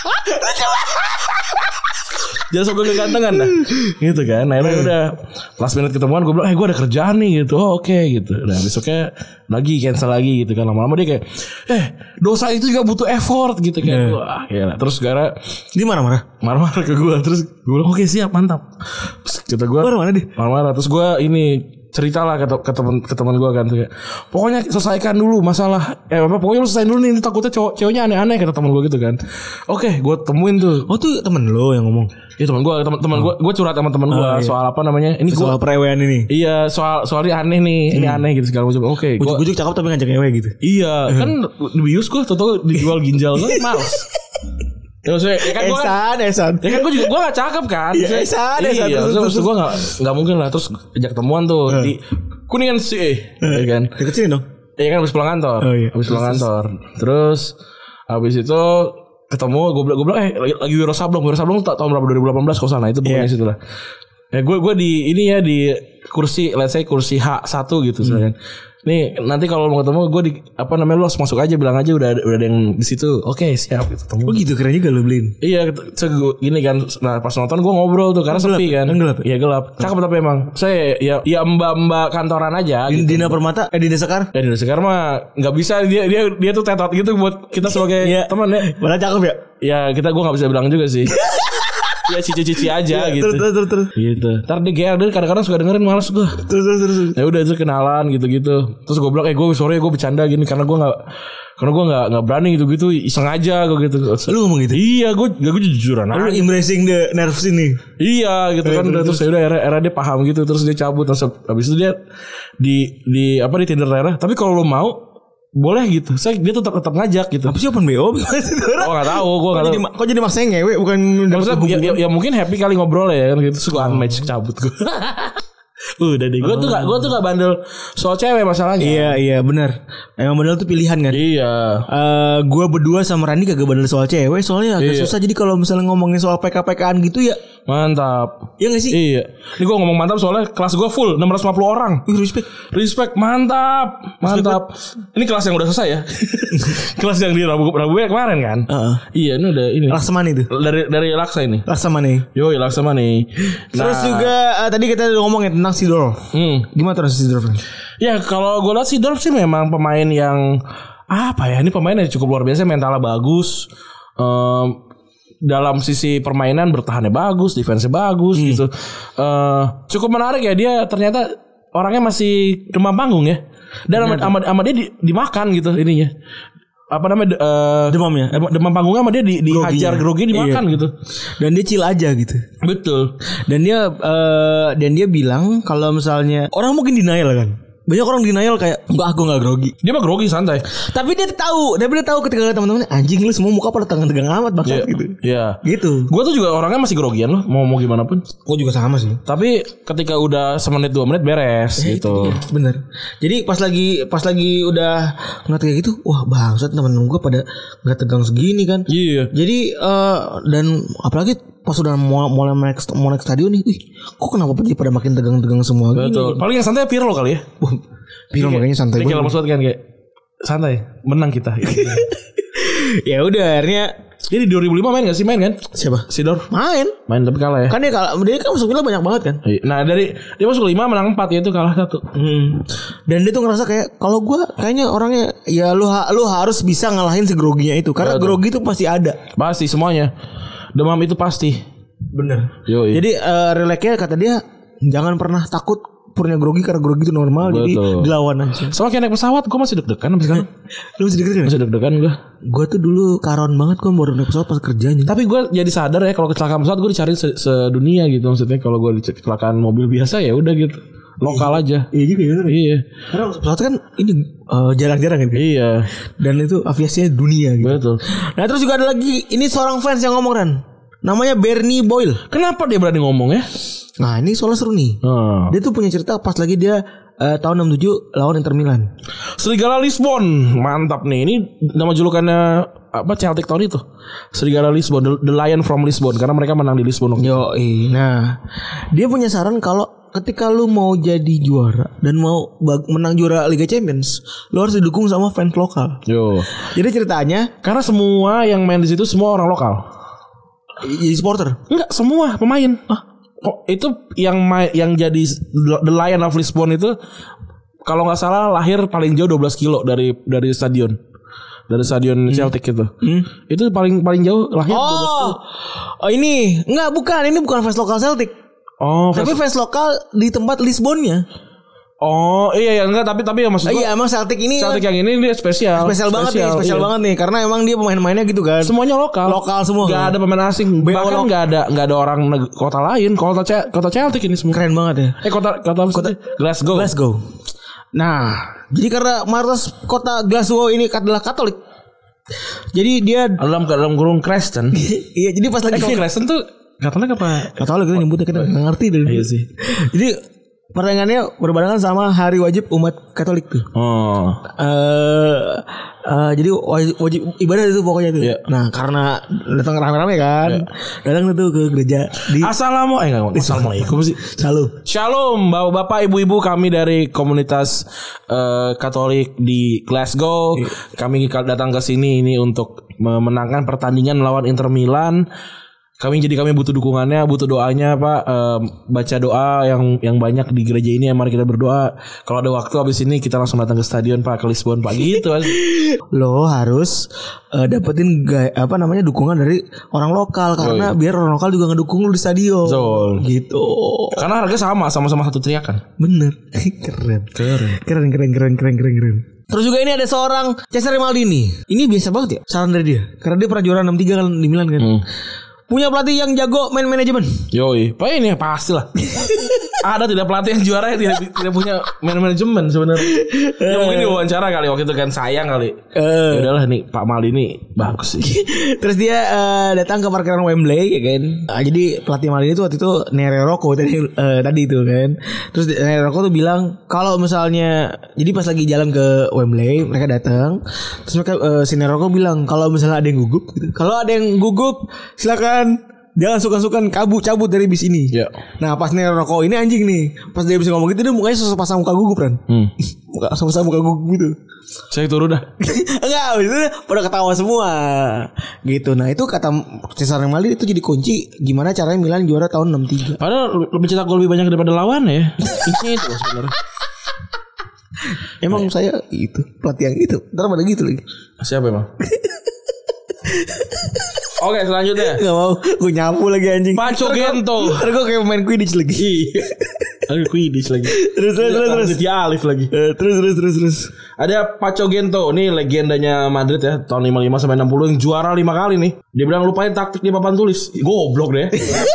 jangan sok kegantengan dah gitu kan. Nah itu udah last minute ketemuan gue bilang eh gue ada kerjaan nih gitu. Oh oke okay, gitu. Nah besoknya lagi cancel lagi gitu kan. Lama-lama dia kayak eh dosa itu juga butuh effort gitu kan. Yeah. Wah gila. Terus gara dia marah-marah marah-marah ke gue. Terus gue bilang oke okay, siap mantap. Terus kata gue marah-marah deh marah-marah. Terus gue ini ceritalah ke, ke teman ke teman gue kan tuh kayak pokoknya selesaikan dulu masalah eh apa pokoknya lu selesaiin dulu nih takutnya cowok ceweknya aneh-aneh kata teman gue gitu kan. Oke okay, gue temuin tuh. Oh tuh temen lo yang ngomong. Iya teman gue teman-teman oh. gue gue curhat sama teman gue oh, iya. Soal apa namanya ini soal gua, perewean ini. Iya soal soal dia aneh nih hmm. Ini aneh gitu segala macam. Oke okay, bujuk-bujuk cakep tapi ngajak ngewe gitu. Iya kan bius gue tau-tau dijual ginjal kan males. Ya maksudnya ya kan gue kan, Esan. Ya kan gue juga gue gak cakep kan. Iya Esan Esan. Iya terus gue gak gak mungkin lah. Terus ajak ketemuan tuh uh. di Kuningan sih eh, uh. ya kan. Deket sini dong. Iya kan habis pulang kantor. Oh, iya. Habis pulang kantor. Terus habis itu ketemu gue bilang gue bilang eh lagi, lagi Wiro Sablong. Wiro Sablong tahun berapa dua ribu delapan belas kalau sana itu pokoknya yeah. Situ lah. Ya gue gue di ini ya di kursi let's say kursi H satu gitu hmm. Kan. Nih nanti kalau mau ketemu gue di apa namanya lu harus masuk aja bilang aja udah udah ada yang di situ. Oke, okay, siap gitu. Ketemu. Oh gitu keren juga lu beliin. Iya, gini kan. Nah, pas nonton gue ngobrol tuh karena sepi kan. Gelap. Iya, gelap. Cakep tapi emang. Saya ya ya mbak-mbak kantoran aja gitu. Dina Permata, eh Dina Sekar. Eh Dina Sekar mah enggak bisa dia dia dia tuh tetot gitu buat kita sebagai teman ya. Padahal cakep ya? Ya, kita gue enggak bisa bilang juga sih. ya cici-cici aja gitu. Terus terus terus. terus. Gitu. Ntar dia G R dia kadang-kadang suka dengerin males gue. Terus terus terus. Ya udah itu kenalan gitu-gitu. Terus gue bilang eh gue sorry gue bercanda gini karena gue nggak karena gue nggak nggak berani gitu-gitu iseng aja gue gitu. Lu ngomong gitu? Iya gue gue jujuran Lu aja. embracing the nerves ini. Iya gitu kan terus, terus ya udah era, era dia paham gitu terus dia cabut terus habis itu dia di di apa di Tinder daerah tapi kalau lo mau boleh gitu. Saya dia tetap tetap ngajak gitu. Apa sih open B O? Oh enggak tahu, gua enggak tahu. Kok jadi maksain ngewe bukan Maksudnya ya, ya, ya mungkin happy kali ngobrol ya kan gitu. Suka unmatch cabut gua. Udah deh. Gua tuh enggak gua tuh enggak bandel soal cewek masalahnya. Iya iya benar. Emang bandel tuh pilihan kan. Iya. Uh, gua berdua sama Randi kagak bandel soal cewek soalnya agak iya. susah. Jadi kalau misalnya ngomongin soal P K P K-an gitu ya mantap. Iya gak sih? Iya. Ini gua ngomong mantap soalnya kelas gua full enam ratus lima puluh orang. Ih, respect. Respect mantap. Mantap. Ini kelas yang udah selesai ya. Kelas yang di Rabu Rabu kemarin kan? Uh-uh. Iya, ini udah ini. Laksamani itu. Dari dari Laksa ini. Laksamani. Yo, Laksamani. Nah, terus juga uh, tadi kita udah ngomongin tentang Sidorf. Hmm. Gimana terus Sidorf? Ya kalau gue lihat Sidorf sih memang pemain yang apa ya? Ini pemain yang cukup luar biasa, mentalnya bagus. Um, dalam sisi permainan bertahannya bagus, defense-nya bagus hmm. gitu. Uh, cukup menarik ya dia ternyata orangnya masih demam panggung ya. Dan sama, sama, sama dia di, dimakan gitu ininya. Apa namanya uh, demamnya? Demam panggungnya sama dia di, dihajar grogi dimakan iya. gitu. Dan dia chill aja gitu. Betul. Dan dia uh, dan dia bilang kalau misalnya orang mungkin denial kan. Banyak orang denial kayak enggak aku enggak grogi. Dia mah grogi santai. Tapi dia tahu, tapi dia tahu ketika teman-temannya anjing lu semua muka pada tegang-tegang amat banget yeah. gitu. Iya. Yeah. Gitu. Gua tuh juga orangnya masih grogian loh, mau mau gimana pun. Gua juga sama sih. Tapi ketika udah semenit dua menit beres ya, gitu. Bener. Jadi pas lagi pas lagi udah ngeliat kayak gitu, wah bangsat teman-teman gua pada enggak tegang segini kan. Iya. Yeah. Jadi uh, dan apalagi pas udah mulai mulai naik mau naik stadion nih, wih, kok kenapa pada makin tegang-tegang semua gini? Betul. Paling yang santai Pirlo kali ya. Pirlo makanya santai banget. Kalau maksud kan kayak santai, menang kita. Ya udah akhirnya dia di dua ribu lima main gak sih main kan? Siapa? Sidorf. Main. Main tapi kalah ya. Kan dia kalah, dia kan masuk final banyak banget kan. Nah dari dia masuk lima menang empat ya itu kalah satu. Hmm. Dan dia tuh ngerasa kayak kalau gue kayaknya orangnya ya lu ha- lu harus bisa ngalahin si groginya itu karena Betul. grogi itu pasti ada. Pasti semuanya. Demam itu pasti. Bener. Yoi. Jadi uh, relaxnya kata dia jangan pernah takut punya grogi karena grogi itu normal. Betul. Jadi dilawan aja. Sama kayak naik pesawat gue masih deg-degan abis kan. Lu masih deg-degan? Masih deg-degan gue. Gue tuh dulu karon banget gue baru naik pesawat pas kerjanya. Tapi gue jadi sadar ya kalau kecelakaan pesawat gue dicari se- sedunia gitu. Maksudnya kalau gue kecelakaan mobil biasa ya udah gitu. Lokal aja. Iya juga ya. Iya. Karena pesawat kan ini uh, jarang-jarang kan. Iya. Dan itu aviasinya dunia gitu. Betul. Nah terus juga ada lagi ini seorang fans yang ngomong Ran. Namanya Bernie Boyle. Kenapa dia berani ngomong ya? Nah ini soalnya seru nih. Hmm. Dia tuh punya cerita pas lagi dia uh, tahun enam puluh tujuh lawan Inter Milan. Serigala Lisbon. Mantap nih. Ini nama julukannya apa Celtic tahun itu. Serigala Lisbon, The, The Lion from Lisbon. Karena mereka menang di Lisbon. Yo, nah dia punya saran kalau ketika lu mau jadi juara dan mau bag- menang juara Liga Champions, lu harus didukung sama fans lokal. Yo. Jadi ceritanya karena semua yang main di situ semua orang lokal. Jadi supporter? Enggak, semua pemain. Ah, kok itu yang main, yang jadi The Lion of Lisbon itu kalau nggak salah lahir paling jauh dua belas kilo dari dari stadion. Dari stadion hmm. Celtic itu. Hmm. Itu paling paling jauh lahir oh. dua belas kilo. Oh, ini enggak bukan, ini bukan fans lokal Celtic. Oh, tapi fans, fans lokal di tempat Lisbonnya. Oh iya ya enggak tapi tapi ya maksudnya iya emang Celtic ini Celtic yang ini dia spesial spesial banget nih spesial iya. banget nih karena emang dia pemain-pemainnya gitu kan semuanya lokal lokal semua nggak ada pemain asing B O bahkan nggak ada nggak ada orang neg- kota lain kota C- kota Celtic ini semua keren banget ya eh kota kota, kota Glasgow Glasgow nah jadi karena mayoritas kota Glasgow ini adalah Katolik jadi dia dalam dalam kurung Kristen iya jadi pas lagi eh, Kristen tuh Katolik apa Katolik kita nyebutnya kita nggak ngerti deh iya sih jadi pertandingannya berbarengan sama hari wajib umat Katolik tuh. Oh. Uh, uh, jadi wajib, wajib ibadah itu pokoknya tuh. Yeah. Nah karena datang rame-rame kan, yeah. datang tuh ke gereja. Di Assalamualaikum. Eh enggak, Assalamualaikum sih. Shalom. Shalom, bapak-bapak, ibu-ibu kami dari komunitas uh, Katolik di Glasgow. Yeah. Kami datang ke sini ini untuk memenangkan pertandingan melawan Inter Milan. Kami jadi kami butuh dukungannya, butuh doanya Pak. Um, baca doa yang yang banyak di gereja ini. Mari kita berdoa. Kalau ada waktu habis ini kita langsung datang ke stadion Pak, ke Lisbon Pak, gitu. Lo harus uh, dapetin gaya, apa namanya dukungan dari orang lokal karena oh, iya. biar orang lokal juga ngedukung lu di stadion. Betul. Gitu. Karena harga sama, sama-sama satu teriakan. Bener. keren. Keren. Keren keren keren keren keren keren. Terus juga ini ada seorang Cesare Maldini. Ini biasa banget ya saran dari dia. Karena dia pernah juara enam tiga kan di Milan kan. Hmm. Punya pelatih yang jago main manajemen. Yoi, Pak ini pastilah. Ada tidak pelatih yang juara yang tidak, tidak punya main manajemen sebenarnya. Ya mungkin diwawancara kali waktu itu kan sayang kali. Uh. Ya udahlah nih Pak Maldini bagus sih. Terus dia uh, datang ke parkiran Wembley ya kan. Uh, jadi pelatih Maldini itu waktu itu Nere Rocco tadi uh, tadi itu kan. Terus Nere Rocco tuh bilang kalau misalnya jadi pas lagi jalan ke Wembley mereka datang. Terus mereka uh, si Nere Rocco bilang kalau misalnya ada yang gugup gitu. Kalau ada yang gugup silakan jangan suka-suka kabut cabut dari bis ini. Ya. Nah pas Nero Rocco ini anjing nih. Pas dia bisa ngomong gitu dia mukanya sepasang muka gugup kan. Hmm. Muka sepasang muka gugup gitu. Saya turun dah. Enggak, itu pada ketawa semua. Gitu. Nah itu kata Cesare Maldini itu jadi kunci gimana caranya Milan juara tahun enam tiga. Padahal mencetak gol lebih banyak daripada lawan ya. Ini itu sebenarnya. Emang nah, saya itu pelatih yang itu. Ntar pada gitu lagi. Siapa emang? Oke selanjutnya. Gak mau. Gue nyapu lagi anjing. Paco Gento. Ntar gue kayak main Quidditch lagi. Iya. Ada Quidditch lagi. Terus terus terus terus. Dia Alif lagi. uh, Terus terus terus terus. Ada Paco Gento. Ini legendanya Madrid ya. Tahun lima puluh lima sampai enam puluh. Yang juara lima kali nih. Dia bilang lupain taktik di papan tulis. Goblok deh.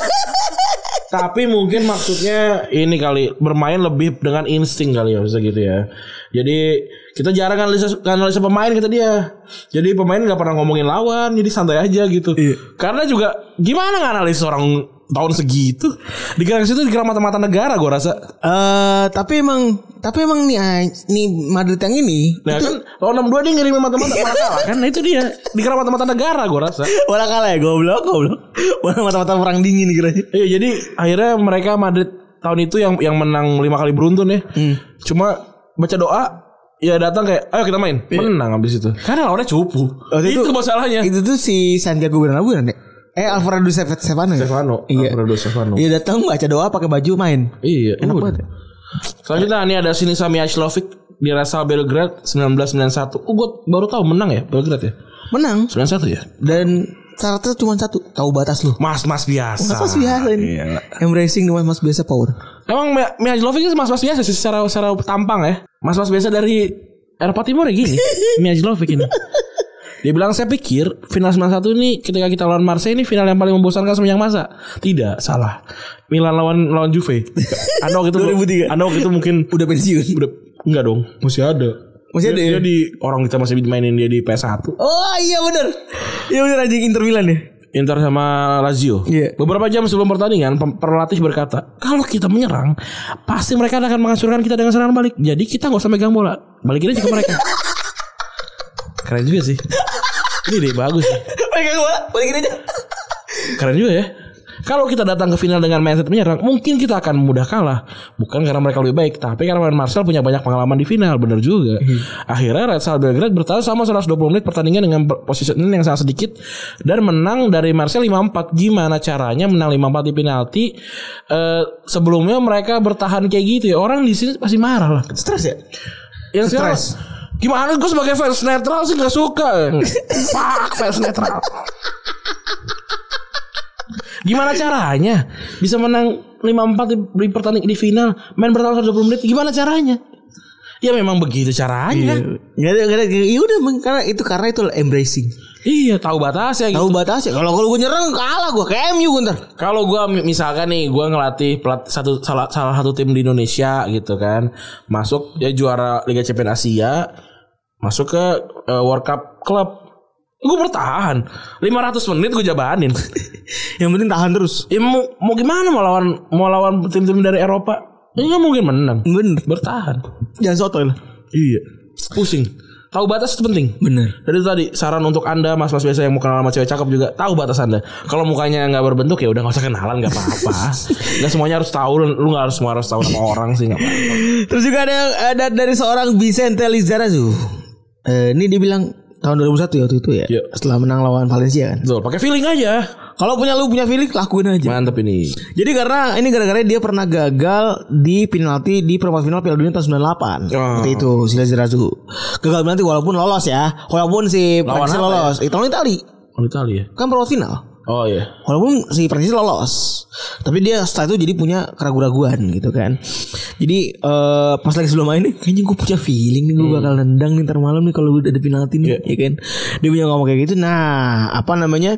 Tapi mungkin maksudnya ini kali bermain lebih dengan insting kali ya, bisa gitu ya. Jadi kita jarang analisa analisa pemain kata dia. Jadi pemain nggak pernah ngomongin lawan, jadi santai aja gitu. Iya. Karena juga gimana nganalisis orang tahun segitu dikira situ dikira mata-mata negara gue rasa. Uh, tapi emang tapi emang nih nih Madrid yang ini. Nah itu, kan tahun enam dua dia ngirimin mata-mata malah kalah kan. Nah itu dia dikira mata-mata negara gue rasa. Malah kalah ya goblok goblok. Malah mata-mata perang dingin kiranya. Iya jadi akhirnya mereka Madrid tahun itu yang yang menang lima kali beruntun ya. Hmm. Cuma baca doa ya datang kayak ayo kita main. Iya. Menang habis itu. Karena lawannya cupu. Oh, itu, itu masalahnya. Itu tuh si Santiago Bernabéu kan ya? Eh Alfredo Stefano. Stefano. Iya. Alfredo Stefano. Iya datang baca doa pakai baju main. Iya. Enak banget. Selanjutnya ini ada Sinisa Mihajlovic di Real Belgrade sembilan belas sembilan puluh satu. Oh gue baru tahu menang ya Belgrade ya. Menang sembilan puluh satu ya. Dan syaratnya cuma satu, tahu batas lu. Mas-mas biasa. Mas-mas biasa ini. Iya. Embracing dengan mas biasa power. Emang Mihajlovic itu mas-mas biasa sih secara secara tampang ya. Mas-mas biasa dari Eropa Timur ya gini. Mihajlovic ini. Dia bilang saya pikir final sembilan puluh satu ini ketika kita lawan Marseille ini final yang paling membosankan sepanjang masa. Tidak, salah. Milan lawan lawan Juve. Anda waktu itu dua ribu tiga. Anda waktu itu mungkin udah pensiun. Udah enggak dong, masih ada. Masih ada dia, ya? Dia di orang kita masih mainin dia di P S satu. Oh iya benar. Iya benar anjing Inter Milan ya. Inter sama Lazio. Yeah. Beberapa jam sebelum pertandingan pelatih berkata, kalau kita menyerang pasti mereka akan menghancurkan kita dengan serangan balik. Jadi kita nggak usah megang bola, balikin aja ke mereka. Keren juga sih. Ini deh bagus sih. Megang bola, balikin aja. Keren juga ya. Kalau kita datang ke final dengan mindset menyerang, mungkin kita akan mudah kalah. Bukan karena mereka lebih baik, tapi karena Marcel punya banyak pengalaman di final. Benar juga. Hmm. Akhirnya Red Star Belgrade bertahan sama seratus dua puluh menit pertandingan dengan positioning yang sangat sedikit dan menang dari Marcel lima empat. Gimana caranya menang lima empat di penalti? Uh, sebelumnya mereka bertahan kayak gitu ya. Orang di sini pasti marah lah. Stres ya? Yang stres. Gimana gue sebagai fans netral sih gak suka. Fuck fans netral. Gimana caranya bisa menang lima empat di, di pertandingan di final, main bertahan seratus dua puluh menit? Gimana caranya? Ya memang begitu caranya. Iya. Gak ada, ya udah karena itu karena itu embracing. Iya, tahu batasnya gitu. Tahu batasnya. Kalau kalau gue nyerang kalah gue ke M U ntar. Kalau gue misalkan nih gue ngelatih pelat satu salah salah satu tim di Indonesia gitu kan, masuk ya juara Liga Champions Asia, masuk ke uh, World Cup Club. Gue bertahan lima ratus menit gue jabanin. Yang penting tahan terus. Ya mau, mau gimana mau lawan mau lawan tim-tim dari Eropa? Ya gak mungkin menang. Bener. Bertahan. Jangan sotoy lah. Iya. Pusing. Tahu batas itu penting. Bener. Dari itu tadi saran untuk anda mas-mas biasa yang mau kenalan sama cewek cakep juga, tahu batas anda. Kalau mukanya nggak berbentuk ya udah nggak usah kenalan, nggak apa-apa. Nggak semuanya harus tahu. Lu nggak harus semua harus tahu sama orang sih, nggak apa-apa. Terus juga ada ada dari seorang Vicente Lizarazu. Eh, ini dia bilang tahun dua ribu satu ya waktu itu ya. Yuk. Setelah menang lawan Valencia kan. Betul, pakai feeling aja. Kalau punya lu punya feeling lakuin aja. Mantap ini. Jadi karena ini gara-gara dia pernah gagal di penalti di perempat final Piala Dunia tahun sembilan puluh delapan. Oh. Waktu itu Sila Zirazu. Gagal penalti walaupun lolos ya. Walaupun si Prancis lolos. Ya? Itu lawan Itali. Lawan Itali ya. Kan perempat final. Oh iya. Walaupun si Prancis lolos. Tapi dia setelah itu jadi punya keraguan-keraguan gitu kan. Jadi uh, pas lagi sebelum main nih, kayaknya gue punya feeling nih gue hmm. bakal nendang nih ntar malam nih kalau udah ada penalti nih, yeah. ya kan. Dia punya ngomong kayak gitu. Nah, apa namanya?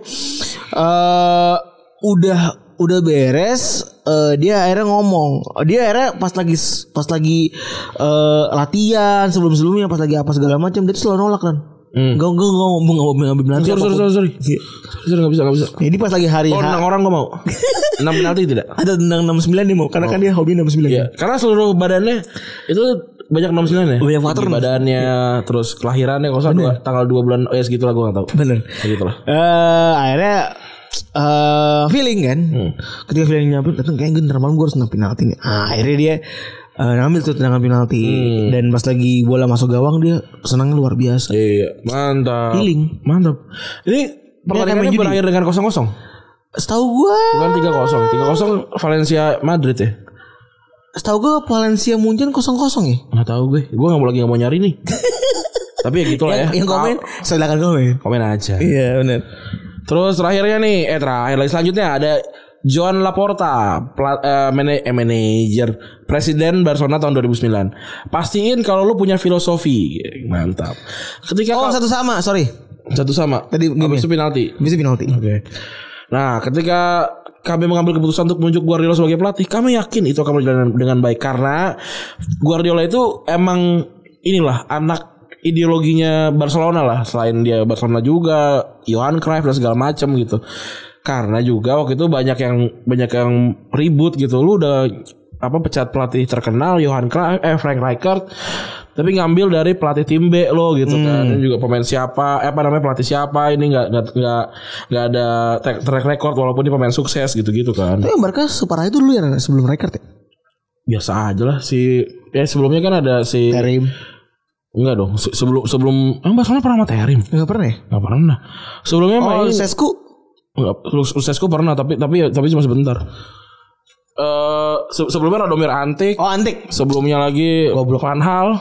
Uh, udah udah beres. Uh, dia akhirnya ngomong. Dia akhirnya pas lagi pas lagi uh, latihan sebelum-sebelumnya pas lagi apa segala macam dia selalu nolak kan. Hmm. Gak, gak, gak ngomong ngambil ngambil penalti. Sorry, sorry, sorry, sorry. Sorry, gak bisa, gak bisa. Jadi pas lagi hari oh, nendang orang gue mau. enam penalti tidak? Ada tendang enam puluh sembilan dia mau. Karena oh. kan dia hobi enam puluh sembilan. Iya. Karena seluruh badannya itu banyak enam puluh sembilan ya. Banyak faktor badannya, ya. Terus kelahirannya kalau salah tanggal dua bulan. Oh ya segitulah gue gak tahu. Bener. Segitulah. Uh, akhirnya uh, feeling kan. Hmm. Ketika feeling nyampe datang kayak ntar malam gue harus nendang penalti nih. Ah, akhirnya dia Uh, ngambil tuh tendangan penalti hmm. dan pas lagi bola masuk gawang dia senang luar biasa. Iya, mantap. Feeling, mantap. Ini pertandingannya berakhir dengan kosong kosong. Setahu gua bukan tiga kosong. tiga kosong Valencia Madrid ya. Setahu gua Valencia Munchen kosong kosong ya. Enggak tahu gue. Gua enggak mau lagi enggak mau nyari nih. Tapi ya gitulah ya. Yang komen, silakan komen. Komen aja. Iya, benar. Terus terakhirnya nih, eh terakhir lagi selanjutnya ada Joan Laporta, plat, uh, mana, eh, manajer presiden Barcelona tahun dua ribu sembilan. Pastiin kalau lu punya filosofi. Mantap. Ketika Oh, kalo, satu sama, sorry. Satu sama. Tadi habis itu penalti. Habis itu penalti. Oke. Okay. Nah, ketika kami mengambil keputusan untuk menunjuk Guardiola sebagai pelatih, kami yakin itu akan berjalan dengan baik karena Guardiola itu emang inilah anak ideologinya Barcelona lah. Selain dia Barcelona juga, Johan Cruyff dan segala macam gitu. Karena juga waktu itu banyak yang banyak yang ribut gitu. Lu udah apa pecat pelatih terkenal Johan Cruyff, eh Frank Rijkaard, tapi ngambil dari pelatih tim B lo gitu hmm. kan. Dan juga pemain siapa, eh, apa namanya pelatih siapa ini nggak nggak nggak nggak ada track record walaupun dia pemain sukses gitu-gitu kan. Tapi mereka separah itu dulu ya sebelum Rijkaard ya. Biasa aja lah si ya sebelumnya kan ada si Terim. Enggak dong, Se- sebelum sebelum emang Barcelona pernah sama Terim? Enggak pernah ya? Enggak pernah. Sebelumnya oh, main Sesku. Enggak, Lucescu pernah tapi tapi tapi cuma sebentar. Eh uh, se- sebelumnya Radomir Antik. Oh, Antik. Sebelumnya lagi Goblok Van Hal.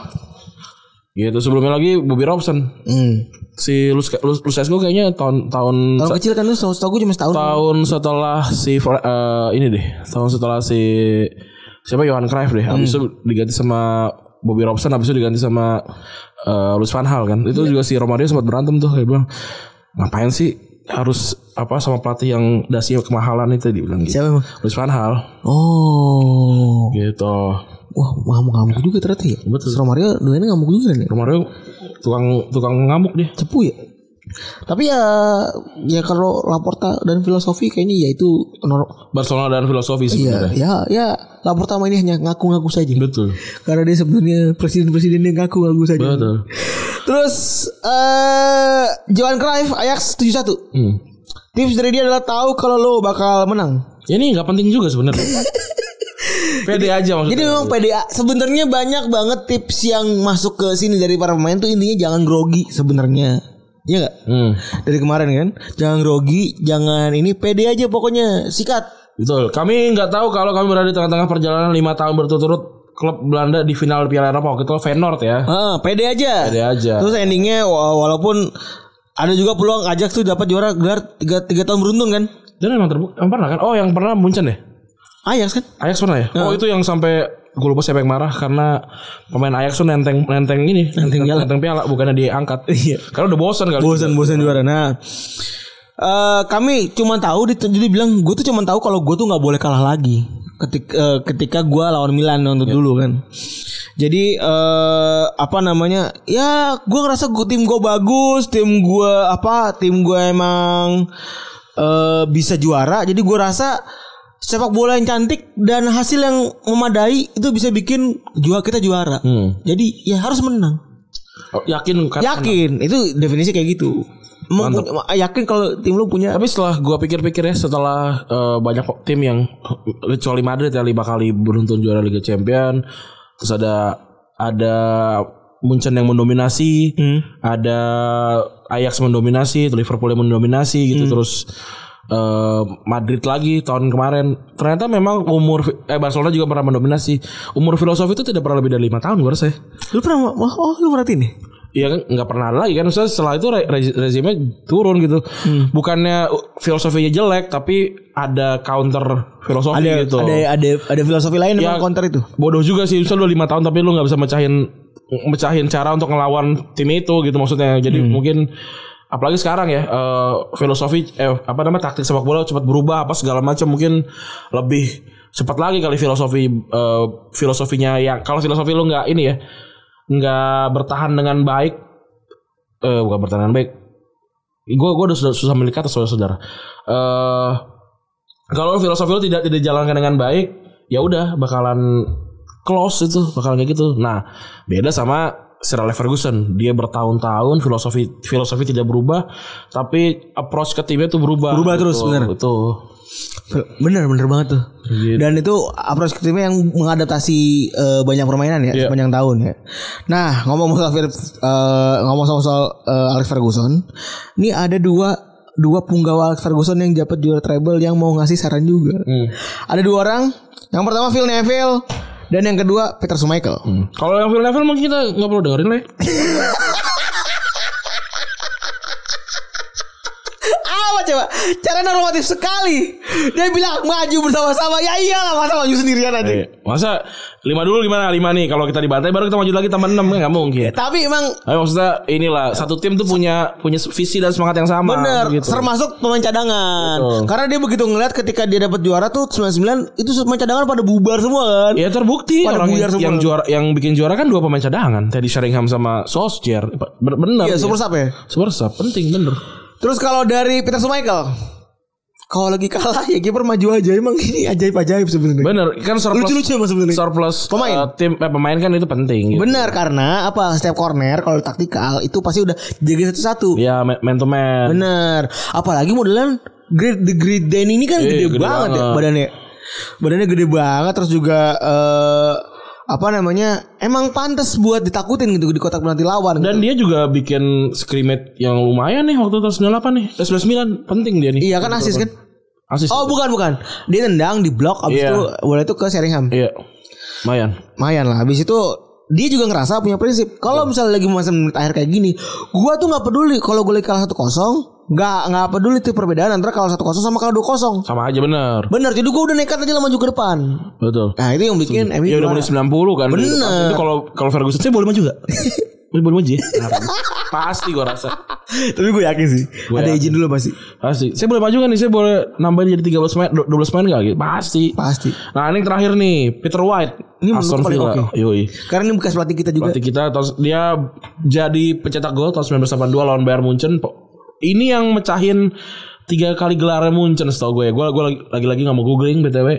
Gitu, sebelumnya lagi Bobby Robson. Hmm. Si Lucescu kayaknya tahun tahun tahun kecil kan lu setahu gue cuma setahun. Tahun setelah si uh, ini deh, tahun setelah si siapa Johan Cruyff deh. Habis hmm. itu diganti sama Bobby Robson, habis itu diganti sama uh, Louis van Gaal kan. Itu yeah. juga si Romario sempat berantem tuh kayak bilang, "Ngapain sih harus apa sama pelatih yang dasi kemahalan itu," dibilang gitu. Siapa emang? Louis van Gaal. Oh. Gitu. Wah, ngamuk-ngamuk juga ternyata ya. Betul. Romario doainnya ngamuk juga nih. Romario tukang tukang ngamuk dia. Cepu ya. Tapi ya ya kalau Laporta dan filosofi kayaknya ya itu Barcelona dan filosofi sebenarnya. Iya, ya ya Laporta ini hanya ngaku-ngaku saja. Betul. Karena dia sebenarnya presiden-presiden yang ngaku-ngaku saja. Betul. Terus uh, Johan Cruyff Ajax tujuh satu. Hmm. Tips dari dia adalah tahu kalau lo bakal menang. Ya ini enggak penting juga sebenarnya. Pede aja maksudnya. Jadi memang pede. Sebenarnya banyak banget tips yang masuk ke sini dari para pemain tuh intinya jangan grogi sebenarnya. Iya gak? Hmm. Dari kemarin kan, jangan grogi, jangan ini, pede aja pokoknya, sikat. Betul. Kami nggak tahu kalau kami berada di tengah-tengah perjalanan lima tahun berturut-turut klub Belanda di final Piala Eropa waktu itu Feyenoord ya. Ah, pede aja. Pede aja. Terus endingnya walaupun ada juga peluang Ajax tuh dapat juara gelar tiga tahun beruntun kan? Dan emang terbukti. Yang pernah kan? Oh, yang pernah Munchen ya? Ajax kan? Ajax pernah ya? Nah. Oh, itu yang sampai gue lupa siapa yang marah karena pemain Ajax tuh nenteng nenteng ini, nenteng piala, nenteng piala bukannya diangkat. Iya. Karena udah bosan kali. Bosan bosan juara. Nah, uh, kami cuma tahu jadi bilang gue tuh cuma tahu kalau gue tuh nggak boleh kalah lagi ketika uh, ketika gue lawan Milan untuk yeah. dulu kan. Jadi uh, apa namanya? Ya, gue ngerasa gue tim gue bagus, tim gue apa? Tim gue emang uh, bisa juara. Jadi gue rasa sepak bola yang cantik dan hasil yang memadai itu bisa bikin juara kita juara. Hmm. Jadi ya harus menang. Oh, yakin kan? Yakin. Menang. Itu definisi kayak gitu. Mempuny- yakin kalau tim lu punya. Tapi setelah gua pikir-pikir ya, setelah uh, banyak tim yang kecuali Madrid ya lima kali beruntun juara Liga Champions, terus ada ada Munchen yang mendominasi, hmm. ada Ajax mendominasi, Liverpool yang mendominasi gitu, hmm. terus uh, Madrid lagi tahun kemarin. Ternyata memang umur eh Barcelona juga pernah mendominasi. Umur filosofi itu tidak pernah lebih dari lima tahun gue rasa. Lu pernah oh, oh lu merhatiin nih? Iya kan nggak pernah ada lagi kan. Maksudnya setelah itu re- re- rezimnya turun gitu. Hmm. Bukannya filosofinya jelek, tapi ada counter filosofi ada, gitu. Ada ada ada filosofi lain ya, yang counter itu. Bodoh juga sih. Misalnya lu lima tahun tapi lu nggak bisa mecahin mecahin cara untuk ngelawan tim itu gitu maksudnya. Jadi hmm. mungkin apalagi sekarang ya uh, filosofi eh, apa namanya taktik sepak bola cepat berubah apa segala macam, mungkin lebih cepat lagi kali filosofi uh, filosofinya yang kalau filosofi lu nggak ini ya nggak bertahan dengan baik, eh bukan bertahan dengan baik. Gue gue udah susah, susah memilih kata saudara-saudara. Eh kalau filosofi lo tidak tidak dijalankan dengan baik, ya udah bakalan close itu, bakalan kayak gitu. Nah, beda sama Sir Alex Ferguson. Dia bertahun-tahun filosofi filosofi tidak berubah, tapi approach ke timnya tuh berubah. Berubah terus, benar. Itu. Bener bener banget tuh. Gitu. Dan itu approach ke timnya yang mengadaptasi uh, banyak permainan ya yeah. sepanjang tahun ya. Nah ngomong soal uh, ngomong soal, soal uh, Alex Ferguson, ini ada dua dua punggawa Alex Ferguson yang dapat juara treble yang mau ngasih saran juga. Hmm. Ada dua orang. Yang pertama Phil Neville dan yang kedua Peter Schmeichel. Hmm. Kalau yang Phil Neville mungkin kita nggak perlu dengerin lah. Coba cara normatif sekali. Dia bilang maju bersama-sama. Ya iyalah, masa maju sendirian aja. Eh, masa lima dulu gimana? Lima nih. Kalau kita dibantai baru kita maju lagi tambah enam, kan nggak mungkin. Tapi emang Ayo, maksudnya inilah satu tim tuh punya punya visi dan semangat yang sama. Bener gitu. Termasuk pemain cadangan. Betul. Karena dia begitu ngeliat ketika dia dapat juara tuh sembilan puluh sembilan itu pemain cadangan pada bubar semua kan. Ya terbukti pada orang yang, semua. yang juara yang bikin juara kan dua pemain cadangan, Teddy Sheringham sama Solskjaer. Bener. Iya, super sub ya. Super sub penting bener. Terus kalau dari Peter Schmeichel, kalau lagi kalah ya kiper maju aja. Emang ini ajaib-ajaib sebenarnya. Bener kan surplus lucu-lucu emang sebenarnya. Surplus pemain uh, tim eh, pemain kan itu penting gitu. Bener karena apa setiap corner kalau taktikal itu pasti udah jaga satu-satu. Ya man to man. Bener. Apalagi modelan Great the Great Dan ini kan e, gede, gede banget, banget ya badannya. Badannya gede banget terus juga uh, apa namanya emang pantas buat ditakutin gitu di kotak penalti lawan. Dan gitu. dia juga bikin scrimmage yang lumayan nih waktu tahun sembilan puluh delapan nih. sembilan puluh sembilan penting dia nih. Iya kan asis kan? Asis. Oh bukan bukan. Dia tendang di blok abis yeah. itu bola itu ke Sheringham. Iya. Lumayan. Lumayan lah. Abis itu dia juga ngerasa punya prinsip. Kalau yeah. misalnya lagi masa menit akhir kayak gini, gua tuh nggak peduli kalau gue kalah satu kosong. Gak nggak peduli tuh perbedaan antara kalau satu kosong sama kalau dua kosong. Sama aja benar. Benar. Jadi gue udah nekat aja lah maju ke depan. Betul. Nah itu yang bikin M U. Ya udah mulai sembilan puluh kan. Benar. Itu kalau kalau Ferguson saya boleh maju gak? boleh boleh maju ya? Pasti gue rasa. Tapi gue yakin sih. Gua ada yakin. Izin dulu pasti. Pasti. Saya boleh maju kan nih? Saya boleh nambahin jadi tiga belas pemain, dua belas pemain gak gitu? Pasti. Pasti. Nah ini terakhir nih Peter White. Ini Aston Villa. Okay. Yoi. Karena ini bekas pelatih kita juga. Pelatih kita dia jadi pencetak gol tahun sembilan belas delapan puluh dua lawan Bayern Munchen. Ini yang mecahin tiga kali gelarnya Munchen setahu gue ya. Gue gue lagi-lagi nggak mau googling btw.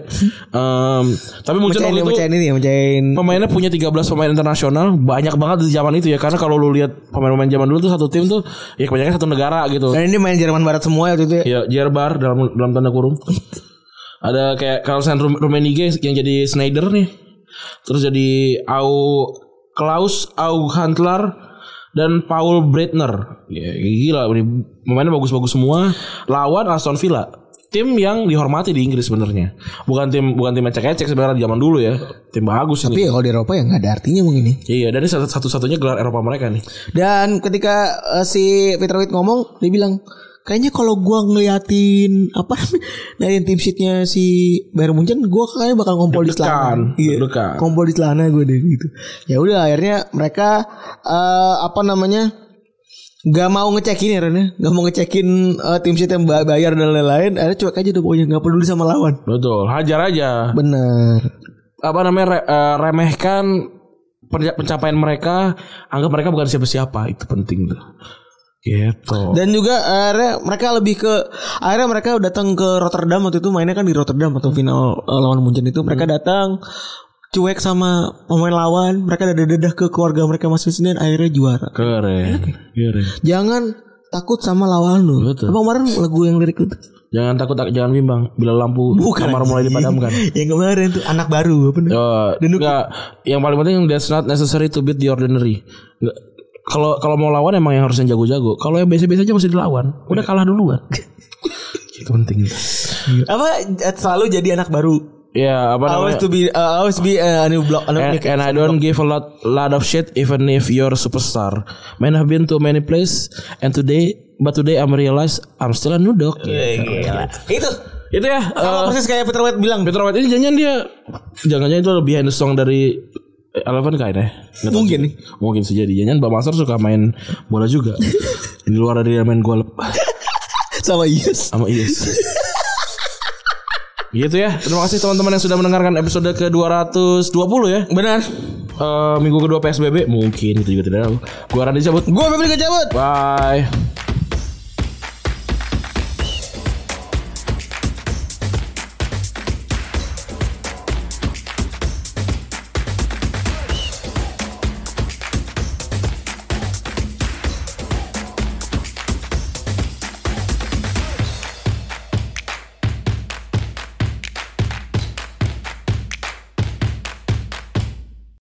Um, tapi Munchen waktu itu mecahin ini, mecahin. Pemainnya punya tiga belas pemain internasional, banyak banget di zaman itu ya. Karena kalau lu lihat pemain-pemain zaman dulu tuh satu tim tuh ya kebanyakan satu negara gitu. Dan ini main Jerman Barat semua waktu itu. Ya Jerbar dalam dalam tanda kurung. Ada kayak Karl-Heinz Rummenigge yang jadi Schneider nih. Terus jadi Au Klaus Aughandler dan Paul Breitner. Ya, gila ini pemainnya bagus-bagus semua. Lawan Aston Villa, tim yang dihormati di Inggris sebenarnya. Bukan tim bukan tim ecek-ecek sebenarnya di zaman dulu ya. Tim bagus ini. Tapi ya kalau di Eropa ya enggak ada artinya mungkin nih. Iya, dari satu-satunya gelar Eropa mereka nih. Dan ketika uh, si Peter White ngomong, dia bilang, kayaknya kalau gua ngeliatin apa dari tim sheetnya si Bayern Munchen, gua kayaknya bakal ngompol di celana. Iya, ngompol di celana gue deh gitu. Ya udah akhirnya mereka uh, apa namanya nggak mau ngecekin ya Ren, nggak mau ngecekin uh, tim sheet yang bayar dan lain-lain. Akhirnya cuek aja tuh pokoknya nggak peduli sama lawan. Betul, hajar aja. Bener. Apa namanya re, uh, remehkan pencapaian mereka, anggap mereka bukan siapa-siapa, itu penting tuh. Gitu. Dan juga akhirnya mereka lebih ke akhirnya mereka datang ke Rotterdam waktu itu mainnya kan di Rotterdam atau final uh, lawan Munchen itu mereka hmm. datang cuek sama pemain lawan, mereka dadah-dadah ke keluarga mereka masing-masing dan akhirnya juara. Keren. Keren. Jangan takut sama lawan lu. Betul. Apa kemarin lagu yang lirik itu? Jangan takut, jangan bimbang bila lampu Bukan kamar mulai dipadamkan. Yang kemarin tuh anak baru apa nih? Oh, enggak, yang paling penting that's not necessary to beat the ordinary. Enggak. Kalau kalau mau lawan emang yang harusnya jago-jago. Kalau yang biasa-biasa aja masih dilawan. Udah kalah duluan. Itu penting. Apa selalu jadi anak baru. Ya, apa namanya? Always to be uh, always be uh, a new block. A new And, and I don't give a lot lot of shit even if you're a superstar. Man, I've been to many places and today but today I'm realize I'm still a new dog. Gila. Itu Itu ya. Sama uh, persis kayak Peter White bilang. Peter White ini jangan dia jangan-jangan itu behind the song dari Eleven kayaknya. Mungkin nih. Mungkin saja jangan Mbak Master suka main bola juga. Di luar dari main golf. Sama Ius. Sama Ius. Gitu ya. Terima kasih teman-teman yang sudah mendengarkan episode ke dua ratus dua puluh ya. Benar. Uh, minggu kedua P S B B mungkin itu juga tidak tahu. Gua Randy cabut. Gua Febri cabut. Bye.